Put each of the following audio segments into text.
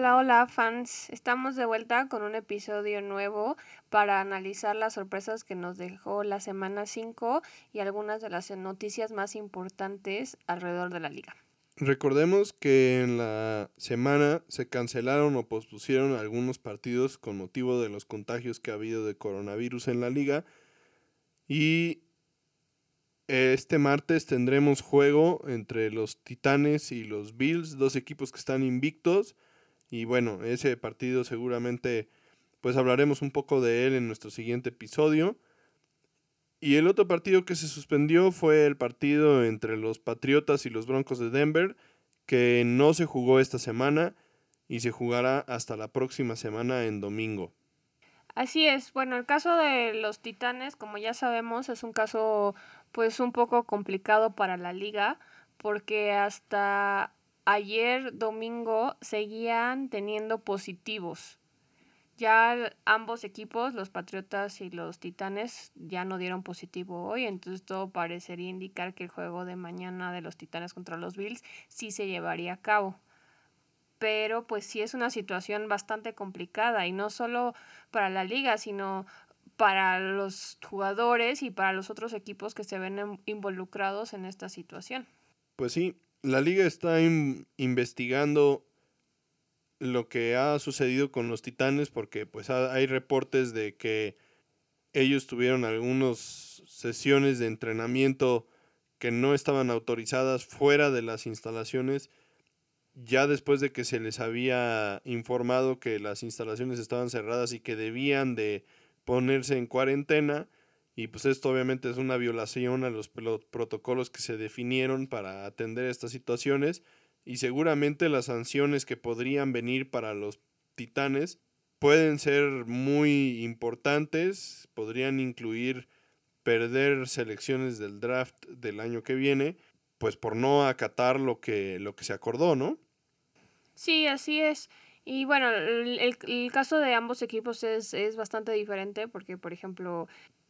Hola, hola fans, estamos de vuelta con un episodio nuevo para analizar las sorpresas que nos dejó la semana 5 y algunas de las noticias más importantes alrededor de la liga. Recordemos que en la semana se cancelaron o pospusieron algunos partidos con motivo de los contagios que ha habido de coronavirus en la liga y este martes tendremos juego entre los Titanes y los Bills, dos equipos que están invictos y bueno, ese partido seguramente pues hablaremos un poco de él en nuestro siguiente episodio. Y el otro partido que se suspendió fue el partido entre los Patriotas y los Broncos de Denver, que no se jugó esta semana y se jugará hasta la próxima semana en domingo. Así es, bueno, el caso de los Titanes, como ya sabemos, es un caso pues un poco complicado para la liga, porque hasta ayer domingo seguían teniendo positivos. Ya ambos equipos, los Patriotas y los Titanes, ya no dieron positivo hoy, entonces todo parecería indicar que el juego de mañana de los Titanes contra los Bills sí se llevaría a cabo. Pero pues sí es una situación bastante complicada y no solo para la liga, sino para los jugadores y para los otros equipos que se ven involucrados en esta situación. Pues sí, la liga está investigando lo que ha sucedido con los Titanes porque pues hay reportes de que ellos tuvieron algunas sesiones de entrenamiento que no estaban autorizadas fuera de las instalaciones ya después de que se les había informado que las instalaciones estaban cerradas y que debían de ponerse en cuarentena, y pues esto obviamente es una violación a los protocolos que se definieron para atender estas situaciones, y seguramente las sanciones que podrían venir para los Titanes pueden ser muy importantes, podrían incluir perder selecciones del draft del año que viene, pues por no acatar lo que se acordó, ¿no? Sí, así es. Y bueno, el caso de ambos equipos es bastante diferente porque, por ejemplo,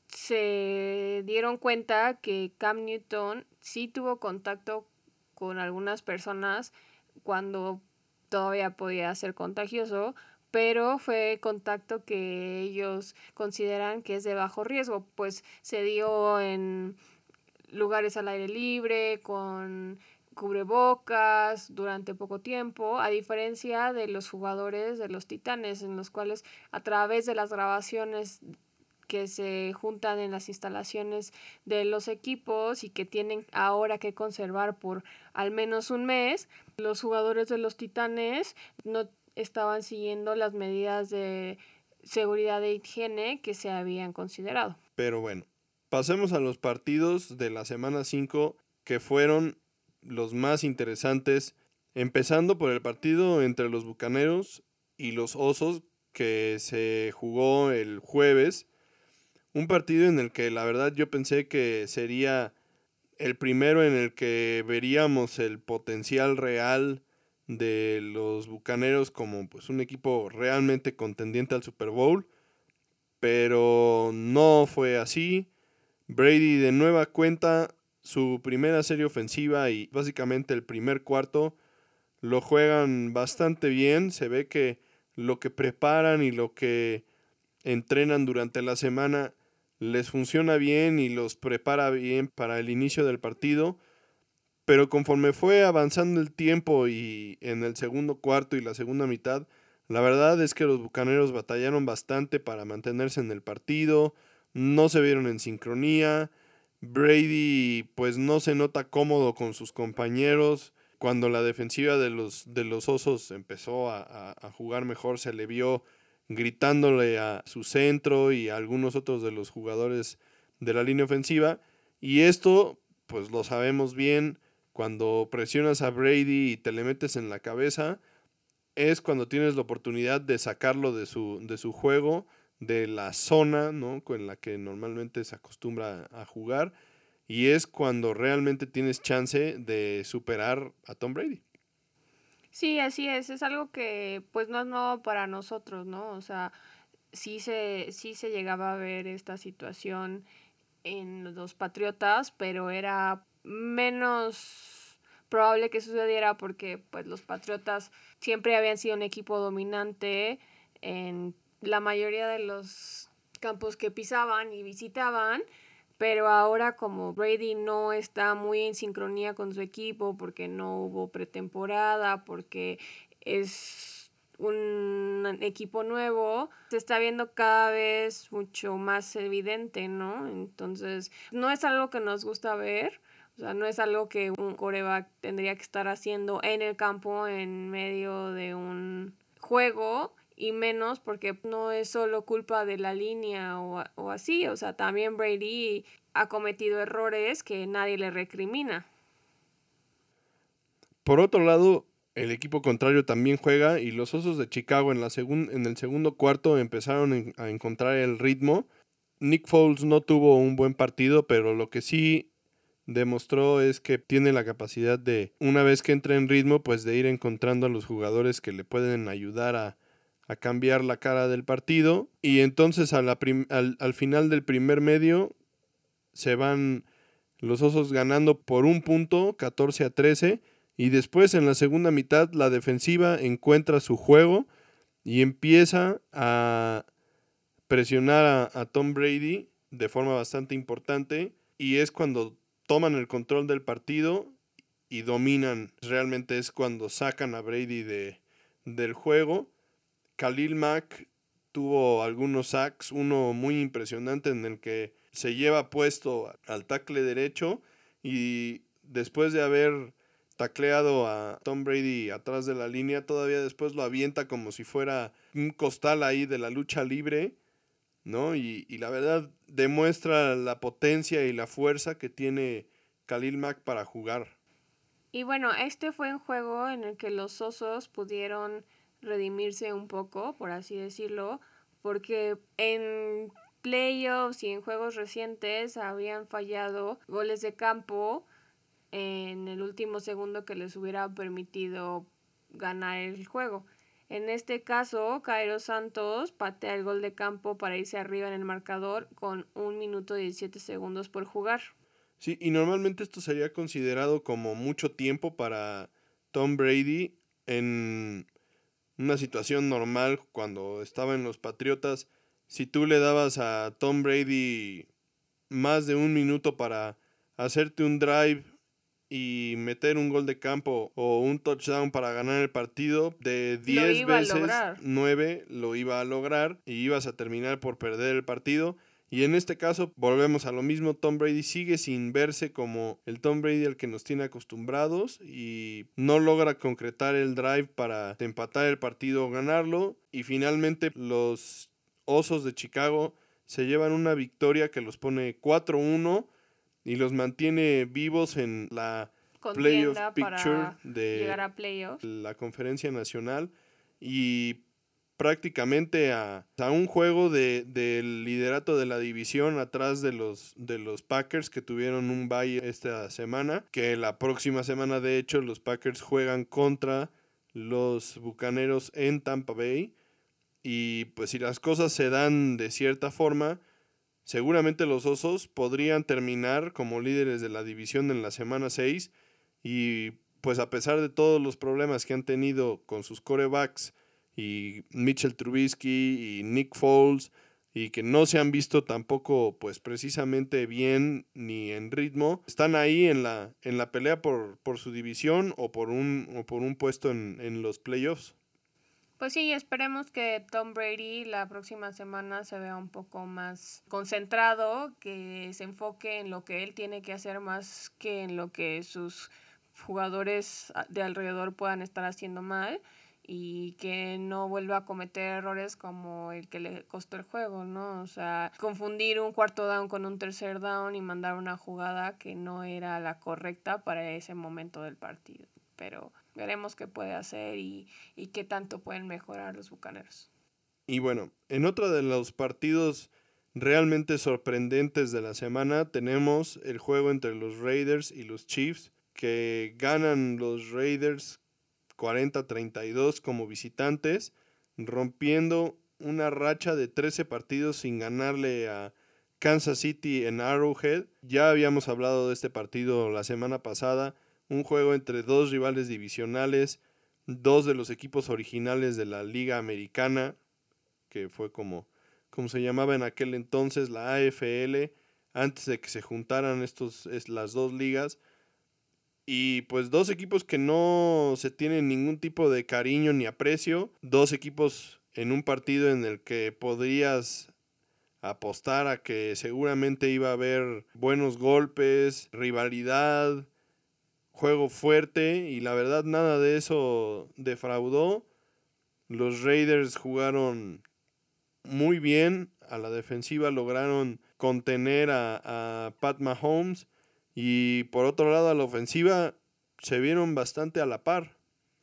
se dieron cuenta que Cam Newton sí tuvo contacto con algunas personas cuando todavía podía ser contagioso, pero fue contacto que ellos consideran que es de bajo riesgo, pues se dio en lugares al aire libre, con cubrebocas durante poco tiempo, a diferencia de los jugadores de los Titanes, en los cuales a través de las grabaciones que se juntan en las instalaciones de los equipos y que tienen ahora que conservar por al menos un mes, los jugadores de los Titanes no estaban siguiendo las medidas de seguridad e higiene que se habían considerado. Pero bueno, pasemos a los partidos de la semana 5 que fueron los más interesantes, empezando por el partido entre los Bucaneros y los Osos que se jugó el jueves, un partido en el que la verdad yo pensé que sería el primero en el que veríamos el potencial real de los Bucaneros como pues un equipo realmente contendiente al Super Bowl, pero no fue así. Brady de nueva cuenta su primera serie ofensiva y básicamente el primer cuarto lo juegan bastante bien. Se ve que lo que preparan y lo que entrenan durante la semana les funciona bien y los prepara bien para el inicio del partido. Pero conforme fue avanzando el tiempo y en el segundo cuarto y la segunda mitad, la verdad es que los Bucaneros batallaron bastante para mantenerse en el partido, no se vieron en sincronía. Brady pues no se nota cómodo con sus compañeros. Cuando la defensiva de los Osos empezó a jugar mejor, se le vio gritándole a su centro y a algunos otros de los jugadores de la línea ofensiva. Y esto pues lo sabemos bien, cuando presionas a Brady y te le metes en la cabeza, es cuando tienes la oportunidad de sacarlo de su juego, de la zona, ¿no?, con la que normalmente se acostumbra a jugar, y es cuando realmente tienes chance de superar a Tom Brady. Sí, así es algo que pues no es nuevo para nosotros, ¿no? O sea, sí se llegaba a ver esta situación en los Patriotas, pero era menos probable que sucediera porque pues los Patriotas siempre habían sido un equipo dominante en la mayoría de los campos que pisaban y visitaban, pero ahora como Brady no está muy en sincronía con su equipo porque no hubo pretemporada, porque es un equipo nuevo, se está viendo cada vez mucho más evidente, ¿no? Entonces, no es algo que nos gusta ver, o sea, no es algo que un quarterback tendría que estar haciendo en el campo en medio de un juego, y menos porque no es solo culpa de la línea o así, o sea, también Brady ha cometido errores que nadie le recrimina. Por otro lado, el equipo contrario también juega y los Osos de Chicago en el segundo cuarto empezaron a encontrar el ritmo. Nick Foles no tuvo un buen partido, pero lo que sí demostró es que tiene la capacidad de, una vez que entra en ritmo, pues de ir encontrando a los jugadores que le pueden ayudar a cambiar la cara del partido. Y entonces al final del primer medio se van los Osos ganando por un punto, 14-13. Y después en la segunda mitad la defensiva encuentra su juego y empieza a presionar a Tom Brady de forma bastante importante. Y es cuando toman el control del partido y dominan. Realmente es cuando sacan a Brady del juego. Khalil Mack tuvo algunos sacks, uno muy impresionante en el que se lleva puesto al tackle derecho y después de haber tacleado a Tom Brady atrás de la línea, todavía después lo avienta como si fuera un costal ahí de la lucha libre, ¿no? Y la verdad demuestra la potencia y la fuerza que tiene Khalil Mack para jugar. Y bueno, este fue un juego en el que los Osos pudieron redimirse un poco, por así decirlo, porque en playoffs y en juegos recientes habían fallado goles de campo en el último segundo que les hubiera permitido ganar el juego. En este caso, Cairo Santos patea el gol de campo para irse arriba en el marcador con 1 minuto 17 segundos por jugar. Sí, y normalmente esto sería considerado como mucho tiempo para Tom Brady en una situación normal cuando estaba en los Patriotas. Si tú le dabas a Tom Brady más de un minuto para hacerte un drive y meter un gol de campo o un touchdown para ganar el partido, de Lo 10 iba a veces, lograr. 9 lo iba a lograr y ibas a terminar por perder el partido. Y en este caso, volvemos a lo mismo, Tom Brady sigue sin verse como el Tom Brady al que nos tiene acostumbrados y no logra concretar el drive para empatar el partido o ganarlo. Y finalmente los Osos de Chicago se llevan una victoria que los pone 4-1 y los mantiene vivos en la playoff Contienda picture para llegar de a playoffs. la conferencia nacional y prácticamente a un juego del liderato de la división atrás de los Packers que tuvieron un bye esta semana, que la próxima semana de hecho los Packers juegan contra los Bucaneros en Tampa Bay y pues si las cosas se dan de cierta forma, seguramente los Osos podrían terminar como líderes de la división en la semana 6 y pues a pesar de todos los problemas que han tenido con sus corebacks y Mitchell Trubisky y Nick Foles y que no se han visto tampoco pues precisamente bien ni en ritmo, están ahí en la pelea por su división o por un puesto en los playoffs. Pues sí, esperemos que Tom Brady la próxima semana se vea un poco más concentrado, que se enfoque en lo que él tiene que hacer más que en lo que sus jugadores de alrededor puedan estar haciendo mal, y que no vuelva a cometer errores como el que le costó el juego, ¿no? O sea, confundir un cuarto down con un tercer down y mandar una jugada que no era la correcta para ese momento del partido. Pero veremos qué puede hacer y qué tanto pueden mejorar los Bucaneros. Y bueno, en otro de los partidos realmente sorprendentes de la semana tenemos el juego entre los Raiders y los Chiefs, que ganan los Raiders 40-32 como visitantes, rompiendo una racha de 13 partidos sin ganarle a Kansas City en Arrowhead. Ya habíamos hablado de este partido la semana pasada, un juego entre dos rivales divisionales, dos de los equipos originales de la Liga Americana, que fue como se llamaba en aquel entonces, la AFL, antes de que se juntaran las dos ligas. Y pues dos equipos que no se tienen ningún tipo de cariño ni aprecio, dos equipos en un partido en el que podrías apostar a que seguramente iba a haber buenos golpes, rivalidad, juego fuerte, y la verdad nada de eso defraudó. Los Raiders jugaron muy bien, a la defensiva lograron contener a Pat Mahomes, y por otro lado a la ofensiva se vieron bastante a la par.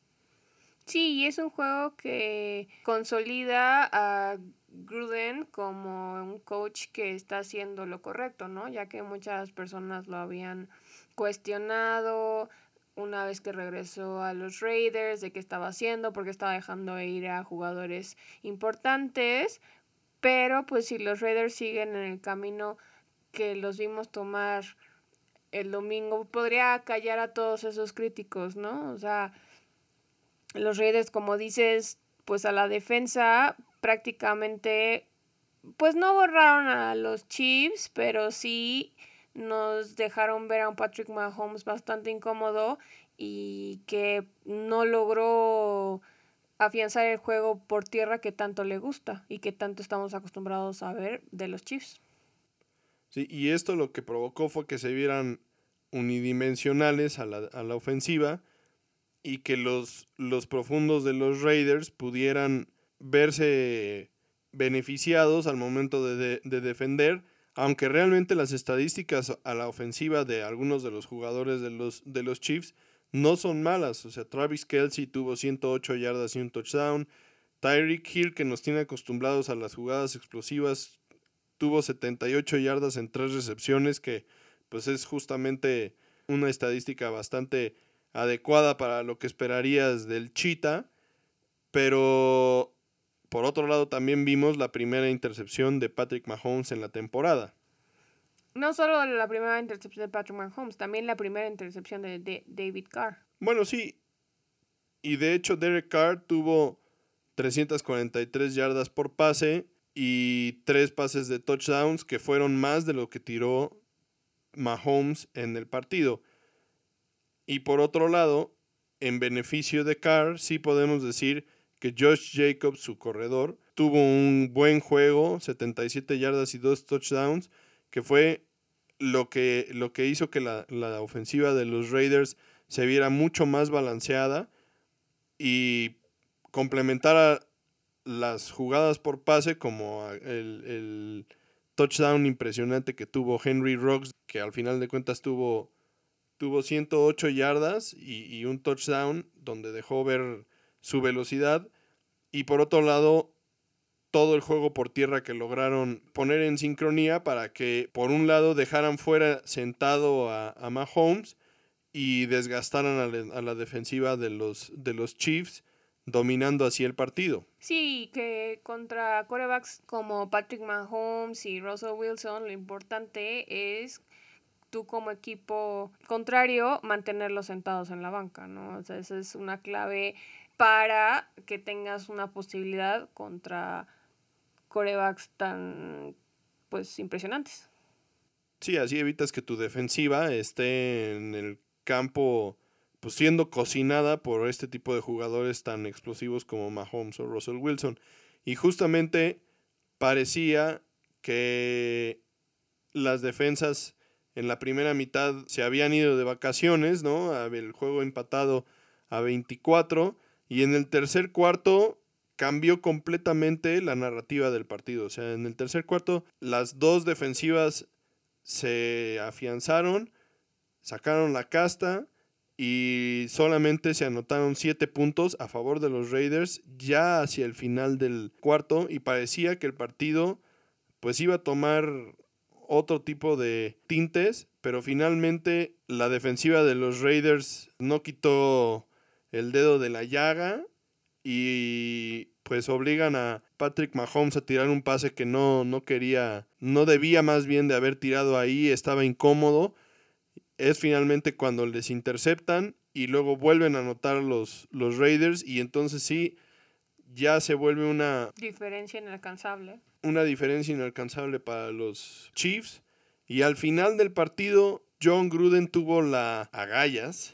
Sí, y es un juego que consolida a Gruden como un coach que está haciendo lo correcto, ¿no? Ya que muchas personas lo habían cuestionado una vez que regresó a los Raiders, de qué estaba haciendo, porque estaba dejando ir a jugadores importantes, pero pues si los Raiders siguen en el camino que los vimos tomar el domingo, podría callar a todos esos críticos, ¿no? O sea, los Raiders, como dices, pues a la defensa prácticamente, pues no borraron a los Chiefs, pero sí nos dejaron ver a un Patrick Mahomes bastante incómodo y que no logró afianzar el juego por tierra que tanto le gusta y que tanto estamos acostumbrados a ver de los Chiefs. Sí, y esto lo que provocó fue que se vieran unidimensionales a la ofensiva, y que los profundos de los Raiders pudieran verse beneficiados al momento de defender, aunque realmente las estadísticas a la ofensiva de algunos de los jugadores de los Chiefs no son malas. O sea, Travis Kelce tuvo 108 yardas y un touchdown. Tyreek Hill, que nos tiene acostumbrados a las jugadas explosivas, tuvo 78 yardas en 3 recepciones, que pues es justamente una estadística bastante adecuada para lo que esperarías del Cheetah. Pero por otro lado también vimos la primera intercepción de Patrick Mahomes en la temporada. No solo la primera intercepción de Patrick Mahomes, también la primera intercepción de David Carr. Bueno, sí, y de hecho Derek Carr tuvo 343 yardas por pase y 3 pases de touchdowns, que fueron más de lo que tiró Mahomes en el partido. Y por otro lado, en beneficio de Carr, sí podemos decir que Josh Jacobs, su corredor, tuvo un buen juego, 77 yardas y 2 touchdowns, que fue lo que hizo que la ofensiva de los Raiders se viera mucho más balanceada y complementara las jugadas por pase, como el touchdown impresionante que tuvo Henry Ruggs, que al final de cuentas tuvo 108 yardas y un touchdown donde dejó ver su velocidad. Y por otro lado, todo el juego por tierra que lograron poner en sincronía para que por un lado dejaran fuera sentado a Mahomes y desgastaran a la defensiva de los Chiefs, dominando así el partido. Sí, que contra quarterbacks como Patrick Mahomes y Russell Wilson, lo importante es tú como equipo contrario mantenerlos sentados en la banca, ¿no? O sea, esa es una clave para que tengas una posibilidad contra corebacks tan, pues, impresionantes. Sí, así evitas que tu defensiva esté en el campo, pues siendo cocinada por este tipo de jugadores tan explosivos como Mahomes o Russell Wilson. Y justamente parecía que las defensas en la primera mitad se habían ido de vacaciones, ¿no? El juego empatado a 24, y en el tercer cuarto cambió completamente la narrativa del partido. O sea, en el tercer cuarto las dos defensivas se afianzaron, sacaron la casta y solamente se anotaron 7 puntos a favor de los Raiders ya hacia el final del cuarto, y parecía que el partido pues iba a tomar otro tipo de tintes, pero finalmente la defensiva de los Raiders no quitó el dedo de la llaga y pues obligan a Patrick Mahomes a tirar un pase que no quería, no debía más bien de haber tirado ahí, estaba incómodo, es finalmente cuando les interceptan y luego vuelven a anotar los Raiders y entonces sí, ya se vuelve una diferencia inalcanzable para los Chiefs. Y al final del partido, John Gruden tuvo las agallas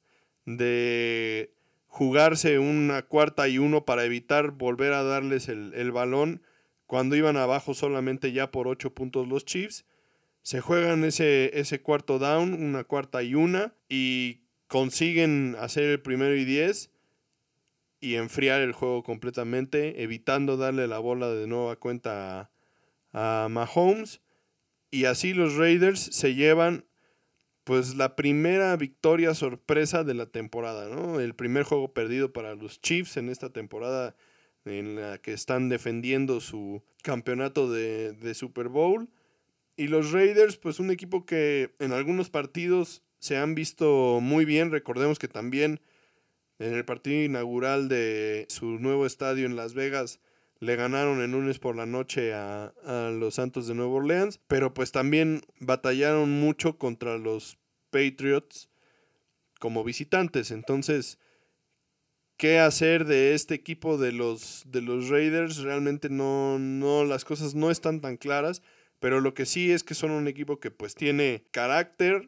de jugarse una 4th y 1 para evitar volver a darles el balón cuando iban abajo solamente ya por 8 puntos los Chiefs. Se juegan ese cuarto down, una 4th y 1, y consiguen hacer el 1st y 10 y enfriar el juego completamente, evitando darle la bola de nueva cuenta a Mahomes. Y así los Raiders se llevan pues la primera victoria sorpresa de la temporada, ¿no? El primer juego perdido para los Chiefs en esta temporada en la que están defendiendo su campeonato de Super Bowl. Y los Raiders, pues un equipo que en algunos partidos se han visto muy bien. Recordemos que también en el partido inaugural de su nuevo estadio en Las Vegas le ganaron el lunes por la noche a los Santos de Nueva Orleans, pero pues también batallaron mucho contra los Patriots como visitantes. Entonces, ¿qué hacer de este equipo de los Raiders? Realmente no, las cosas no están tan claras, pero lo que sí es que son un equipo que pues tiene carácter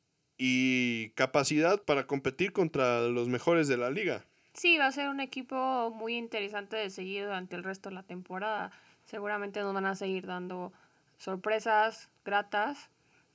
y capacidad para competir contra los mejores de la liga. Sí, va a ser un equipo muy interesante de seguir durante el resto de la temporada. Seguramente nos van a seguir dando sorpresas gratas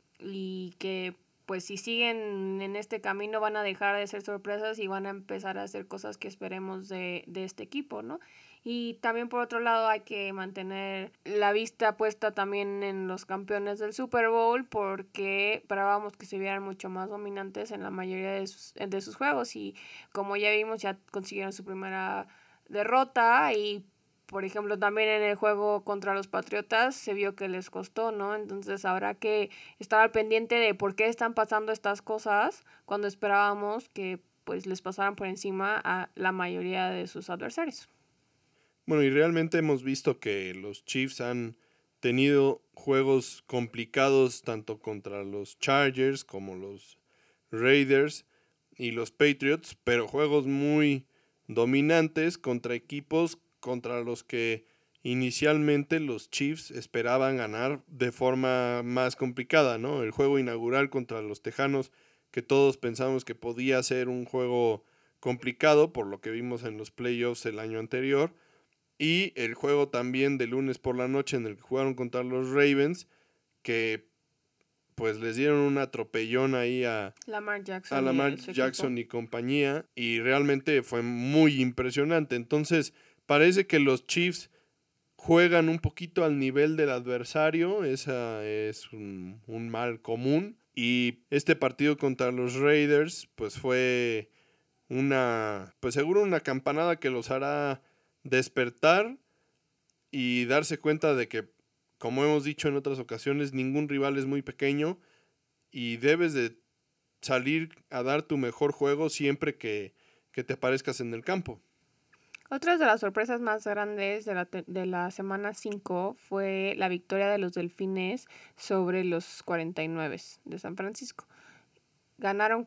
y que pues si siguen en este camino van a dejar de ser sorpresas y van a empezar a hacer cosas que esperemos de este equipo, ¿no? Y también por otro lado hay que mantener la vista puesta también en los campeones del Super Bowl porque esperábamos que se vieran mucho más dominantes en la mayoría de sus juegos y como ya vimos ya consiguieron su primera derrota y por ejemplo también en el juego contra los Patriotas se vio que les costó, ¿no? Entonces habrá que estar al pendiente de por qué están pasando estas cosas cuando esperábamos que pues les pasaran por encima a la mayoría de sus adversarios. Bueno, y realmente hemos visto que los Chiefs han tenido juegos complicados tanto contra los Chargers como los Raiders y los Patriots, pero juegos muy dominantes contra equipos contra los que inicialmente los Chiefs esperaban ganar de forma más complicada, ¿no? El juego inaugural contra los Tejanos, que todos pensamos que podía ser un juego complicado por lo que vimos en los playoffs el año anterior, y el juego también de lunes por la noche en el que jugaron contra los Ravens, que pues les dieron un atropellón ahí a Lamar Jackson y compañía, y realmente fue muy impresionante. Entonces parece que los Chiefs juegan un poquito al nivel del adversario, esa es un mal común, y este partido contra los Raiders pues fue pues seguro una campanada que los hará despertar y darse cuenta de que, como hemos dicho en otras ocasiones, ningún rival es muy pequeño y debes de salir a dar tu mejor juego siempre que te aparezcas en el campo. Otras de las sorpresas más grandes de la semana 5 fue la victoria de los Delfines sobre los 49 de San Francisco. Ganaron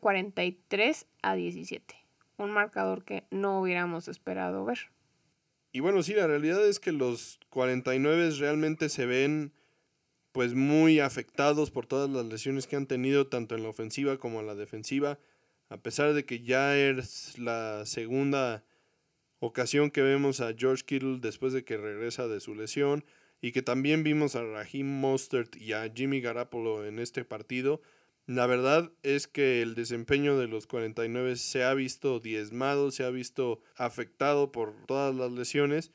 43-17, un marcador que no hubiéramos esperado ver. Y bueno, sí, la realidad es que los 49 realmente se ven pues muy afectados por todas las lesiones que han tenido tanto en la ofensiva como en la defensiva, a pesar de que ya es la segunda ocasión que vemos a George Kittle después de que regresa de su lesión y que también vimos a Raheem Mostert y a Jimmy Garoppolo en este partido. La verdad es que el desempeño de los 49 se ha visto diezmado, se ha visto afectado por todas las lesiones.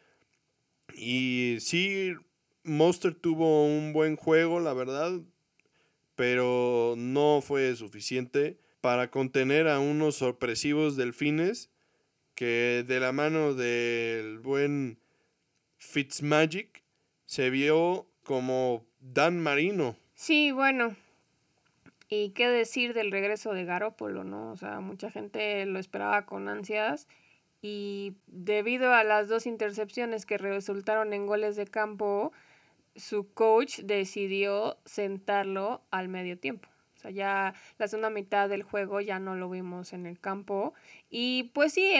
Y sí, Mostert tuvo un buen juego, la verdad, pero no fue suficiente para contener a unos sorpresivos Delfines que de la mano del buen Fitzmagic se vio como Dan Marino. Sí, bueno, y qué decir del regreso de Garoppolo, ¿no? O sea, mucha gente lo esperaba con ansias y debido a las 2 intercepciones que resultaron en goles de campo, su coach decidió sentarlo al medio tiempo. O sea, ya la segunda mitad del juego ya no lo vimos en el campo. Y pues sí,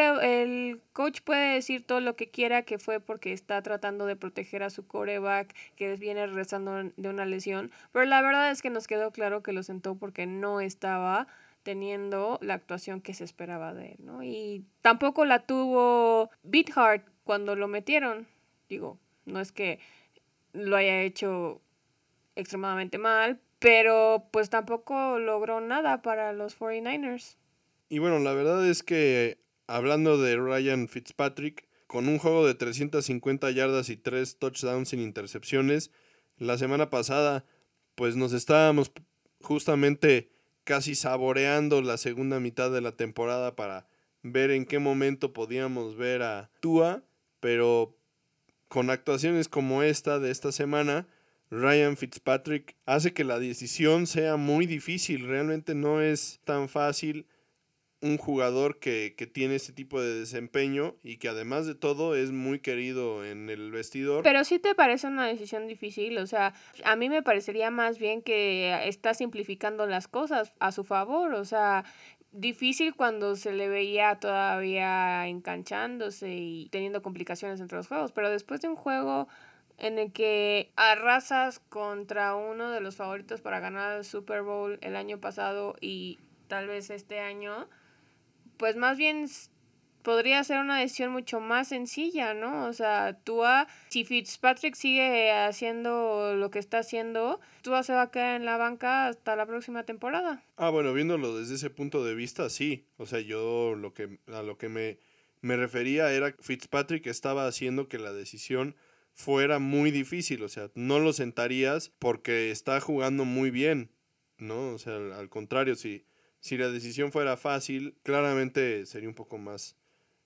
el coach puede decir todo lo que quiera, que fue porque está tratando de proteger a su quarterback, que viene regresando de una lesión. Pero la verdad es que nos quedó claro que lo sentó porque no estaba teniendo la actuación que se esperaba de él, ¿no? Y tampoco la tuvo Beathard cuando lo metieron. Digo, no es que lo haya hecho extremadamente mal, pero pues tampoco logró nada para los 49ers. Y bueno, la verdad es que hablando de Ryan Fitzpatrick, con un juego de 350 yardas y 3 touchdowns sin intercepciones, la semana pasada pues nos estábamos justamente casi saboreando la segunda mitad de la temporada para ver en qué momento podíamos ver a Tua, pero con actuaciones como esta de esta semana, Ryan Fitzpatrick hace que la decisión sea muy difícil. Realmente no es tan fácil un jugador que tiene este tipo de desempeño y que además de todo es muy querido en el vestidor. Pero sí te parece una decisión difícil, o sea, a mí me parecería más bien que está simplificando las cosas a su favor, o sea, difícil cuando se le veía todavía enganchándose y teniendo complicaciones entre los juegos, pero después de un juego en el que arrasas contra uno de los favoritos para ganar el Super Bowl el año pasado y tal vez este año, pues más bien podría ser una decisión mucho más sencilla, ¿no? O sea, Tua, si Fitzpatrick sigue haciendo lo que está haciendo, Tua se va a quedar en la banca hasta la próxima temporada. Bueno, viéndolo desde ese punto de vista, sí. O sea, yo a lo que me refería era que Fitzpatrick estaba haciendo que la decisión fuera muy difícil. O sea, no lo sentarías porque está jugando muy bien, ¿no? O sea, al contrario, si la decisión fuera fácil, claramente sería un poco más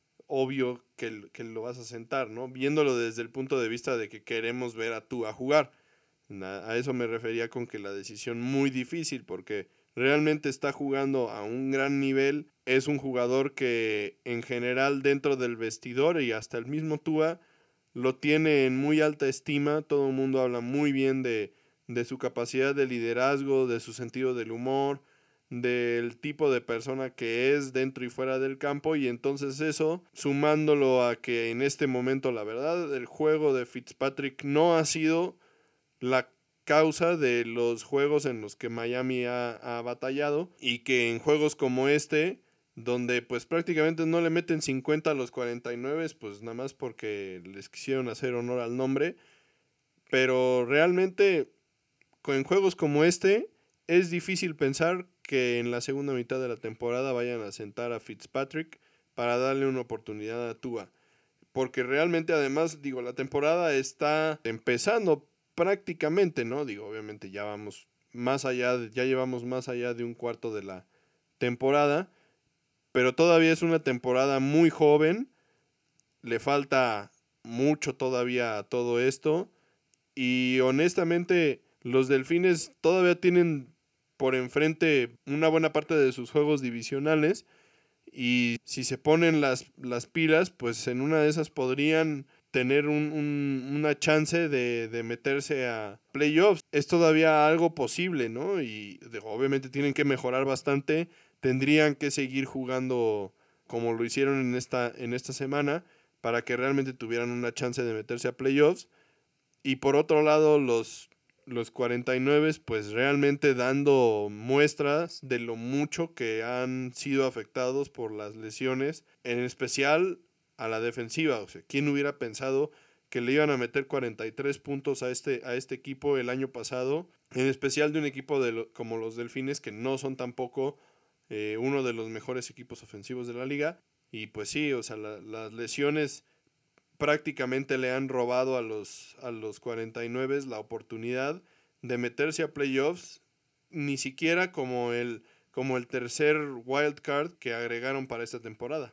obvio que lo vas a sentar, ¿no? Viéndolo desde el punto de vista de que queremos ver a tú a jugar. A eso me refería con que la decisión muy difícil, porque realmente está jugando a un gran nivel. Es un jugador que en general dentro del vestidor y hasta el mismo Tua lo tiene en muy alta estima. Todo el mundo habla muy bien de su capacidad de liderazgo, de su sentido del humor, del tipo de persona que es dentro y fuera del campo, y entonces eso, sumándolo a que en este momento la verdad el juego de Fitzpatrick no ha sido la causa de los juegos en los que Miami ha batallado, y que en juegos como este, donde pues prácticamente no le meten 50 a los 49, pues nada más porque les quisieron hacer honor al nombre, pero realmente en juegos como este es difícil pensar que en la segunda mitad de la temporada vayan a sentar a Fitzpatrick para darle una oportunidad a Tua. Porque realmente además, digo, la temporada está empezando prácticamente, ¿no? Digo, obviamente ya vamos más allá, ya llevamos más allá de un cuarto de la temporada, pero todavía es una temporada muy joven, le falta mucho todavía a todo esto, y honestamente los Delfines todavía tienen por enfrente una buena parte de sus juegos divisionales, y si se ponen las pilas, pues en una de esas podrían tener una chance de meterse a playoffs. Es todavía algo posible, ¿no? Y obviamente tienen que mejorar bastante. Tendrían que seguir jugando como lo hicieron en esta semana para que realmente tuvieran una chance de meterse a playoffs. Y por otro lado, los 49 pues realmente dando muestras de lo mucho que han sido afectados por las lesiones, en especial a la defensiva. O sea, ¿quién hubiera pensado que le iban a meter 43 puntos a este equipo el año pasado? En especial de un equipo como los Delfines, que no son tampoco uno de los mejores equipos ofensivos de la liga. Y pues sí, o sea, las lesiones prácticamente le han robado a los 49 la oportunidad de meterse a playoffs, ni siquiera como el tercer wild card que agregaron para esta temporada.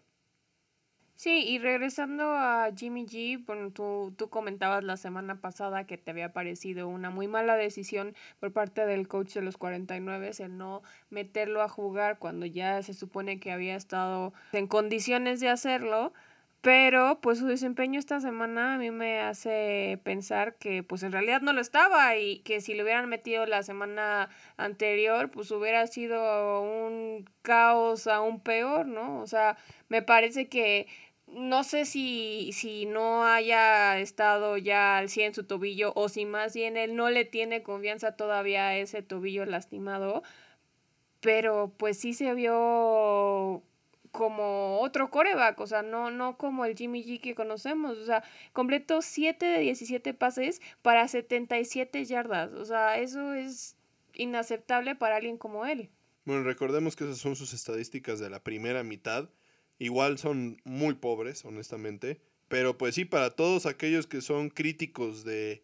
Sí, y regresando a Jimmy G, bueno, tú comentabas la semana pasada que te había parecido una muy mala decisión por parte del coach de los 49 el no meterlo a jugar cuando ya se supone que había estado en condiciones de hacerlo. Pero pues su desempeño esta semana a mí me hace pensar que pues en realidad no lo estaba y que si lo hubieran metido la semana anterior pues hubiera sido un caos aún peor, ¿no? O sea, me parece que no sé si no haya estado ya al 100 su tobillo o si más bien él no le tiene confianza todavía a ese tobillo lastimado, pero pues sí se vio como otro coreback, o sea, no como el Jimmy G que conocemos, o sea, completó 7 de 17 pases para 77 yardas, o sea, eso es inaceptable para alguien como él. Bueno, recordemos que esas son sus estadísticas de la primera mitad. Igual son muy pobres, honestamente. Pero pues sí, para todos aquellos que son críticos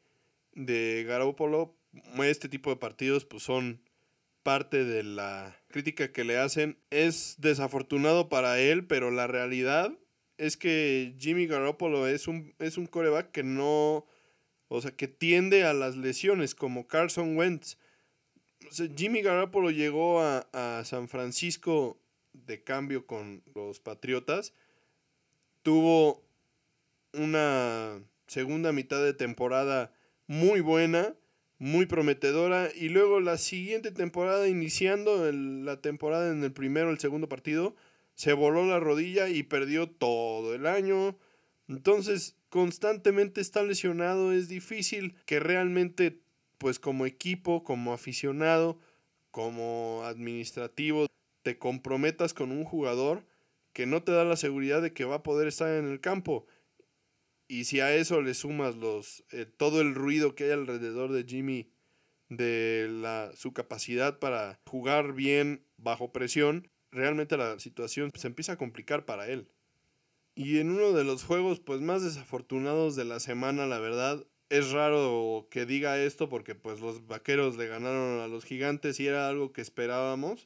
de Garoppolo, este tipo de partidos pues son parte de la crítica que le hacen. Es desafortunado para él, pero la realidad es que Jimmy Garoppolo es un quarterback que no, o sea, que tiende a las lesiones, como Carson Wentz. O sea, Jimmy Garoppolo llegó a San Francisco de cambio con los Patriotas. Tuvo una segunda mitad de temporada muy buena, muy prometedora. Y luego la siguiente temporada, iniciando la temporada en el primero o el segundo partido, se voló la rodilla y perdió todo el año. Entonces, constantemente está lesionado. Es difícil que realmente, pues como equipo, como aficionado, como administrativo, te comprometas con un jugador que no te da la seguridad de que va a poder estar en el campo. Y si a eso le sumas todo el ruido que hay alrededor de Jimmy, su capacidad para jugar bien bajo presión, realmente la situación se empieza a complicar para él. Y en uno de los juegos pues más desafortunados de la semana, la verdad, es raro que diga esto porque pues los Vaqueros le ganaron a los Gigantes y era algo que esperábamos,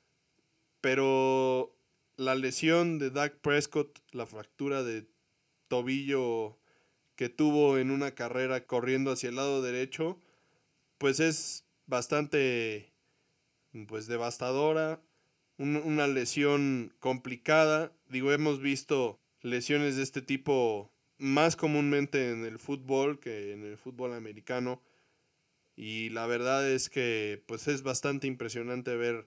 pero la lesión de Dak Prescott, la fractura de tobillo que tuvo en una carrera corriendo hacia el lado derecho, pues es bastante pues devastadora, una lesión complicada. Digo, hemos visto lesiones de este tipo más comúnmente en el fútbol que en el fútbol americano y la verdad es que pues es bastante impresionante ver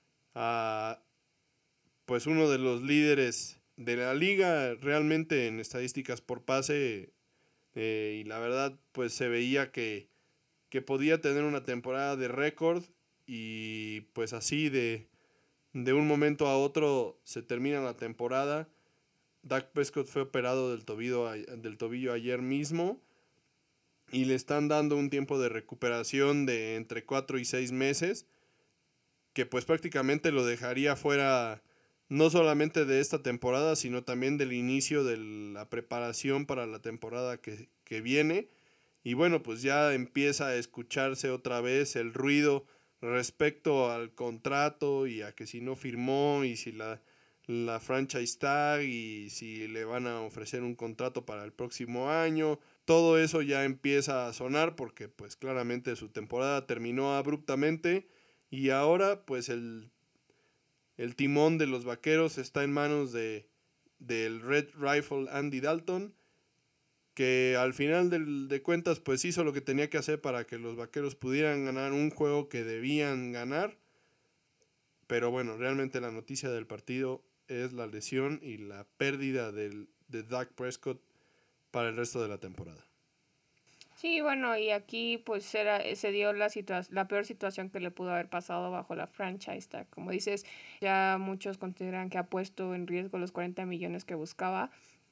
a pues uno de los líderes de la liga realmente en estadísticas por pase y la verdad pues se veía que podía tener una temporada de récord y pues así de un momento a otro se termina la temporada. Dak Prescott fue operado del tobillo ayer mismo y le están dando un tiempo de recuperación de entre 4 y 6 meses que pues prácticamente lo dejaría fuera no solamente de esta temporada, sino también del inicio de la preparación para la temporada que viene. Y bueno, pues ya empieza a escucharse otra vez el ruido respecto al contrato y a que si no firmó y si la franchise tag y si le van a ofrecer un contrato para el próximo año. Todo eso ya empieza a sonar porque pues claramente su temporada terminó abruptamente y ahora pues el timón de los Vaqueros está en manos del Red Rifle Andy Dalton, que al final de cuentas pues hizo lo que tenía que hacer para que los Vaqueros pudieran ganar un juego que debían ganar. Pero bueno, realmente la noticia del partido es la lesión y la pérdida de Dak Prescott para el resto de la temporada. Sí, bueno, y aquí pues se dio la peor situación que le pudo haber pasado bajo la franchise tag. Como dices, ya muchos consideran que ha puesto en riesgo los 40 millones que buscaba,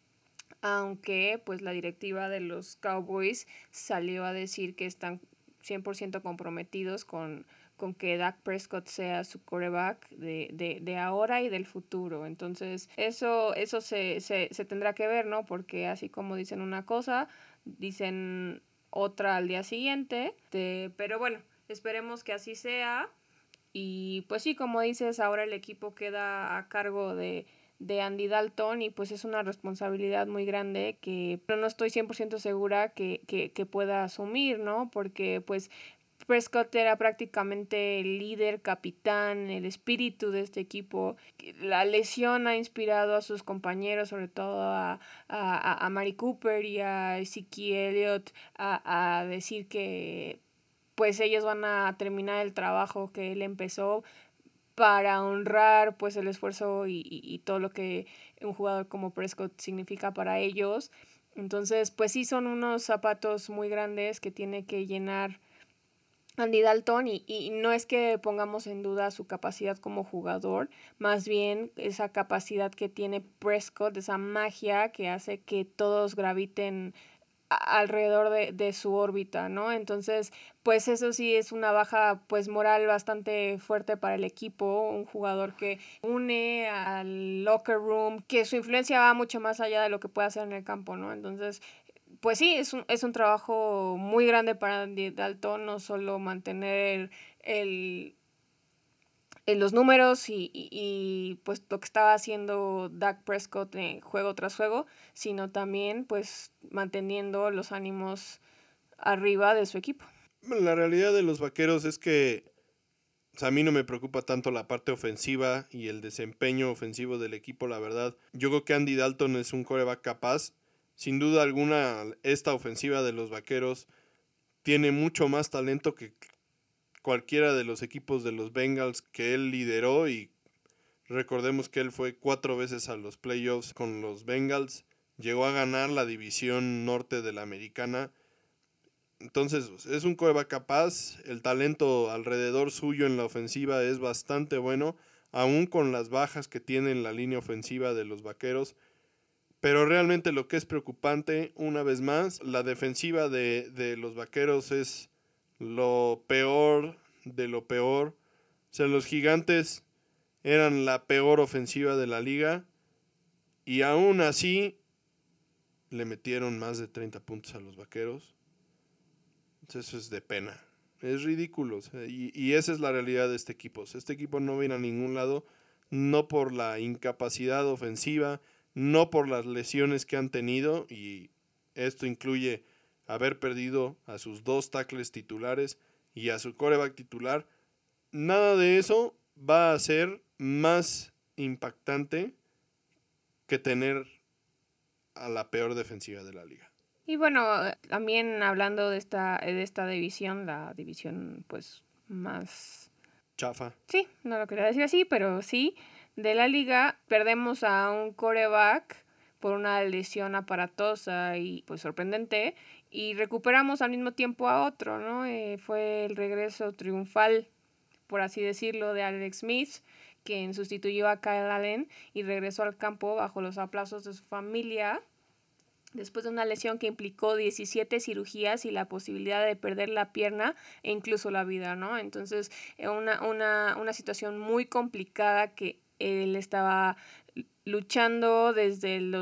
aunque pues la directiva de los Cowboys salió a decir que están 100% comprometidos con que Dak Prescott sea su quarterback de ahora y del futuro. Entonces, eso se tendrá que ver, ¿no? Porque así como dicen una cosa, dicen otra al día siguiente. Pero bueno, esperemos que así sea. Y pues sí, como dices, ahora el equipo queda a cargo de Andy Dalton y pues es una responsabilidad muy grande que pero no estoy 100% segura que pueda asumir, ¿no? Porque pues Prescott era prácticamente el líder, capitán, el espíritu de este equipo. La lesión ha inspirado a sus compañeros, sobre todo a Mari Cooper y a Ezekiel Elliott, a decir que pues ellos van a terminar el trabajo que él empezó para honrar pues el esfuerzo y todo lo que un jugador como Prescott significa para ellos. Entonces pues sí son unos zapatos muy grandes que tiene que llenar Andy Dalton y no es que pongamos en duda su capacidad como jugador, más bien esa capacidad que tiene Prescott, esa magia que hace que todos graviten alrededor de su órbita, ¿no? Entonces, pues eso sí es una baja pues moral bastante fuerte para el equipo, un jugador que une al locker room, que su influencia va mucho más allá de lo que puede hacer en el campo, ¿no? Entonces, pues sí, es un trabajo muy grande para Andy Dalton, no solo mantener el, los números y pues lo que estaba haciendo Dak Prescott juego tras juego, sino también pues manteniendo los ánimos arriba de su equipo. La realidad de los Vaqueros es que a mí no me preocupa tanto la parte ofensiva y el desempeño ofensivo del equipo, la verdad. Yo creo que Andy Dalton es un quarterback capaz. Sin duda alguna, esta ofensiva de los Vaqueros tiene mucho más talento que cualquiera de los equipos de los Bengals que él lideró, y recordemos que él fue 4 veces a los playoffs con los Bengals, llegó a ganar la división norte de la americana. Entonces es un quarterback capaz, el talento alrededor suyo en la ofensiva es bastante bueno, aún con las bajas que tiene en la línea ofensiva de los Vaqueros. Pero realmente lo que es preocupante, una vez más, la defensiva de los Vaqueros es lo peor de lo peor. O sea, los Gigantes eran la peor ofensiva de la liga y aún así le metieron más de 30 puntos a los Vaqueros. Entonces eso es de pena. Es ridículo. O sea, y esa es la realidad de este equipo. O sea, este equipo no viene a ningún lado, no por la incapacidad ofensiva, no por las lesiones que han tenido, y esto incluye haber perdido a sus 2 tackles titulares y a su quarterback titular. Nada de eso va a ser más impactante que tener a la peor defensiva de la liga. Y bueno, también hablando de esta división, la división pues más... Chafa. Sí, no lo quería decir así, pero sí, de la liga perdemos a un coreback por una lesión aparatosa y pues sorprendente y recuperamos al mismo tiempo a otro, ¿no? Fue el regreso triunfal, por así decirlo, de Alex Smith, quien sustituyó a Kyle Allen y regresó al campo bajo los aplausos de su familia después de una lesión que implicó 17 cirugías y la posibilidad de perder la pierna e incluso la vida, ¿no? Entonces, una situación muy complicada que él estaba luchando desde el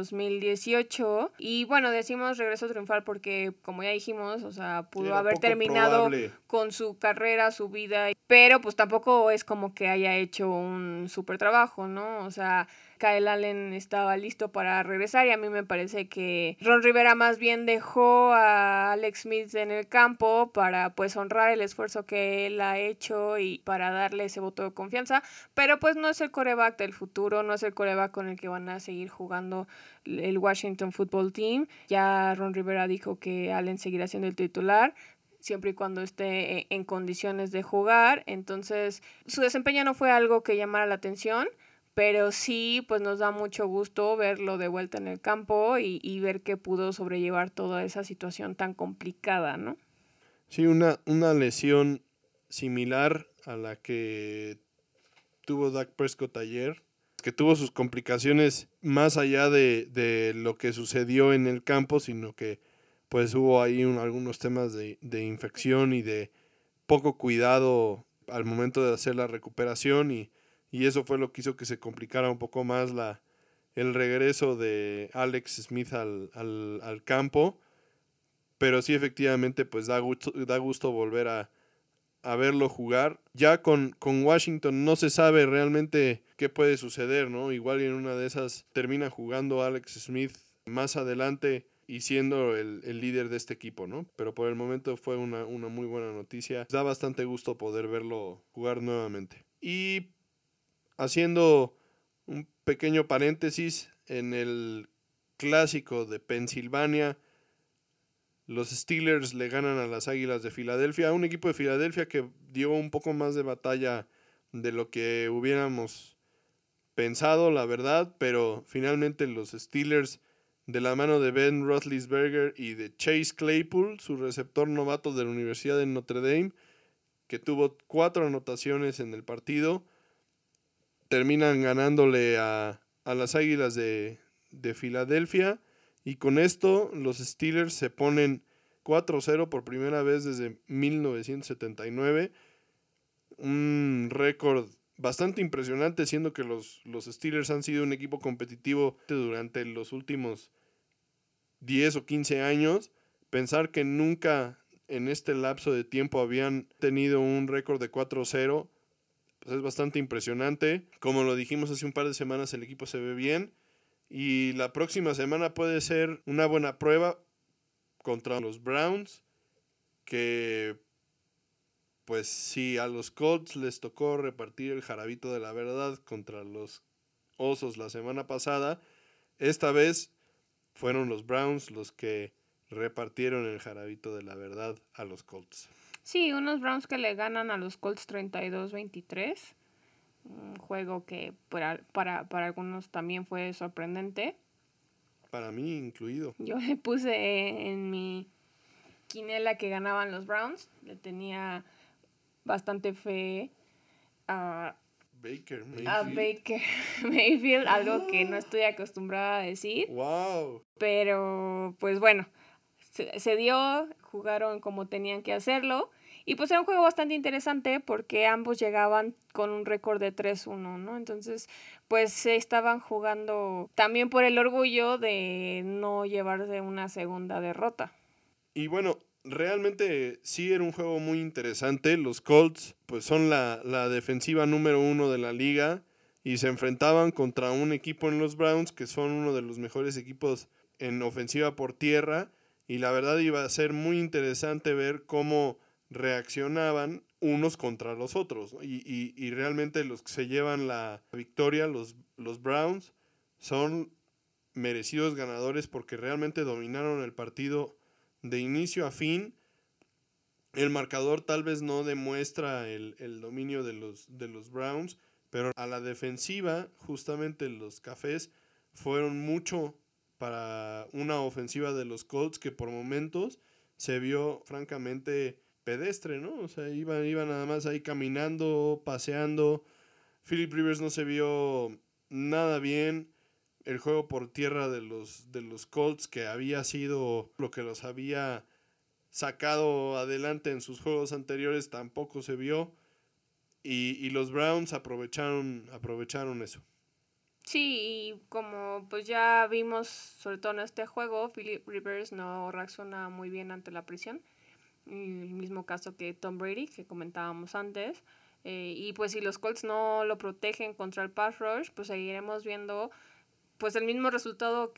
2018 y bueno, decimos regreso triunfal porque como ya dijimos, o sea, pudo haber terminado probable con su carrera, su vida, pero pues tampoco es como que haya hecho un súper trabajo, ¿no? O sea, Kyle Allen estaba listo para regresar y a mí me parece que Ron Rivera más bien dejó a Alex Smith en el campo para pues honrar el esfuerzo que él ha hecho y para darle ese voto de confianza, pero pues no es el quarterback del futuro, no es el quarterback con el que van a seguir jugando el Washington Football Team. Ya Ron Rivera dijo que Allen seguirá siendo el titular siempre y cuando esté en condiciones de jugar. Entonces, su desempeño no fue algo que llamara la atención, pero sí, pues nos da mucho gusto verlo de vuelta en el campo y ver que pudo sobrellevar toda esa situación tan complicada, ¿no? Sí, una lesión similar a la que tuvo Dak Prescott ayer, que tuvo sus complicaciones más allá de lo que sucedió en el campo, sino que pues hubo ahí algunos temas de infección y de poco cuidado al momento de hacer la recuperación, y eso fue lo que hizo que se complicara un poco más el regreso de Alex Smith al campo. Pero sí, efectivamente, pues da gusto volver a verlo jugar. Ya con Washington no se sabe realmente qué puede suceder, ¿no? Igual en una de esas termina jugando Alex Smith más adelante y siendo el líder de este equipo, ¿no? Pero por el momento fue una muy buena noticia. Da bastante gusto poder verlo jugar nuevamente. Y haciendo un pequeño paréntesis, en el clásico de Pensilvania, los Steelers le ganan a las Águilas de Filadelfia, un equipo de Filadelfia que dio un poco más de batalla de lo que hubiéramos pensado, la verdad, pero finalmente los Steelers, de la mano de Ben Roethlisberger y de Chase Claypool, su receptor novato de la Universidad de Notre Dame, que tuvo 4 anotaciones en el partido, terminan ganándole a las Águilas de Filadelfia, y con esto los Steelers se ponen 4-0 por primera vez desde 1979, un récord bastante impresionante, siendo que los Steelers han sido un equipo competitivo durante los últimos 10 o 15 años. Pensar que nunca en este lapso de tiempo habían tenido un récord de 4-0, pues es bastante impresionante. Como lo dijimos hace un par de semanas, el equipo se ve bien y la próxima semana puede ser una buena prueba contra los Browns, que pues sí, a los Colts les tocó repartir el jarabito de la verdad contra los Osos la semana pasada. Esta vez fueron los Browns los que repartieron el jarabito de la verdad a los Colts. Sí, unos Browns que le ganan a los Colts 32-23. Un juego que para algunos también fue sorprendente. Para mí incluido. Yo le puse en mi quinela que ganaban los Browns. Le tenía bastante fe a Baker Baker Mayfield, algo que no estoy acostumbrada a decir. ¡Wow! Pero pues bueno, se dio, jugaron como tenían que hacerlo. Y pues era un juego bastante interesante porque ambos llegaban con un récord de 3-1, ¿no? Entonces, pues se estaban jugando también por el orgullo de no llevarse una segunda derrota. Y bueno, realmente sí era un juego muy interesante. Los Colts pues son la defensiva número 1 de la liga y se enfrentaban contra un equipo en los Browns que son uno de los mejores equipos en ofensiva por tierra, y la verdad iba a ser muy interesante ver cómo reaccionaban unos contra los otros, ¿no? Y realmente los que se llevan la victoria, los Browns, son merecidos ganadores porque realmente dominaron el partido de inicio a fin. El marcador tal vez no demuestra el dominio de los Browns, pero a la defensiva, justamente los Cafés fueron mucho para una ofensiva de los Colts que por momentos se vio francamente pedestre, ¿no? O sea, iba nada más ahí caminando, paseando. Philip Rivers no se vio nada bien. El juego por tierra de los Colts, que había sido lo que los había sacado adelante en sus juegos anteriores, tampoco se vio, y los Browns aprovecharon eso. Sí, y como pues ya vimos, sobre todo en este juego, Philip Rivers no reacciona muy bien ante la presión. El mismo caso que Tom Brady, que comentábamos antes. Y pues si los Colts no lo protegen contra el pass rush, pues seguiremos viendo pues el mismo resultado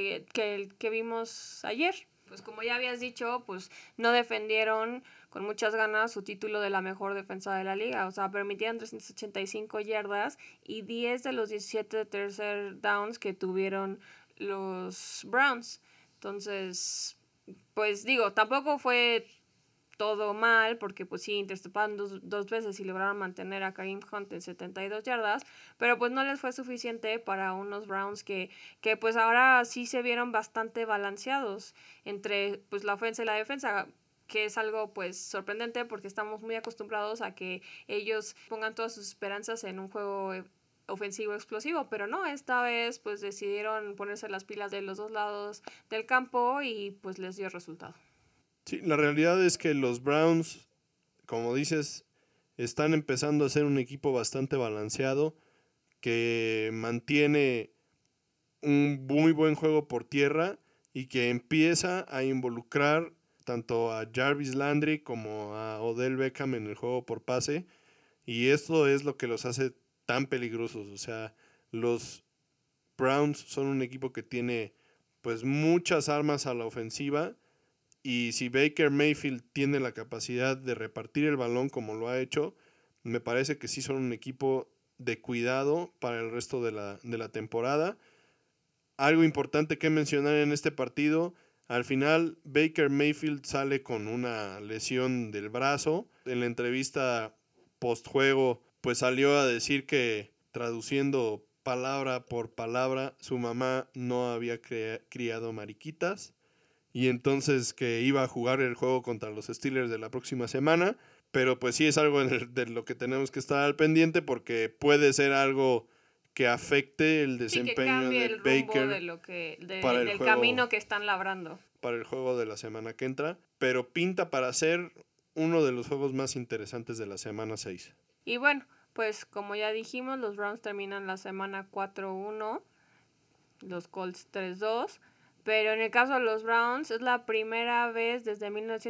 que vimos ayer. Pues como ya habías dicho, pues no defendieron con muchas ganas su título de la mejor defensa de la liga. O sea, permitieron 385 yardas y 10 de los 17 tercer downs que tuvieron los Browns. Entonces, pues digo, tampoco fue todo mal, porque pues sí, interceptaron dos veces y lograron mantener a Kareem Hunt en 72 yardas, pero pues no les fue suficiente para unos Browns que pues ahora sí se vieron bastante balanceados entre pues la ofensa y la defensa, que es algo pues sorprendente porque estamos muy acostumbrados a que ellos pongan todas sus esperanzas en un juego ofensivo explosivo, pero no, esta vez pues decidieron ponerse las pilas de los dos lados del campo y pues les dio resultado. Sí, la realidad es que los Browns, como dices, están empezando a ser un equipo bastante balanceado, que mantiene un muy buen juego por tierra y que empieza a involucrar tanto a Jarvis Landry como a Odell Beckham en el juego por pase, y esto es lo que los hace tan peligrosos. O sea, los Browns son un equipo que tiene pues muchas armas a la ofensiva, y si Baker Mayfield tiene la capacidad de repartir el balón como lo ha hecho, me parece que sí son un equipo de cuidado para el resto de la temporada. Algo importante que mencionar en este partido: al final Baker Mayfield sale con una lesión del brazo. En la entrevista postjuego, pues salió a decir que, traduciendo palabra por palabra, su mamá no había criado mariquitas, y entonces que iba a jugar el juego contra los Steelers de la próxima semana. Pero pues sí es algo de lo que tenemos que estar al pendiente, porque puede ser algo que afecte el Sí, que desempeño cambie de el rumbo de Baker del camino que están labrando. para el juego de la semana que entra, pero pinta para ser uno de los juegos más interesantes de la semana 6. Y bueno, pues como ya dijimos, los Browns terminan la semana 4-1, los Colts 3-2, pero en el caso de los Browns es la primera vez desde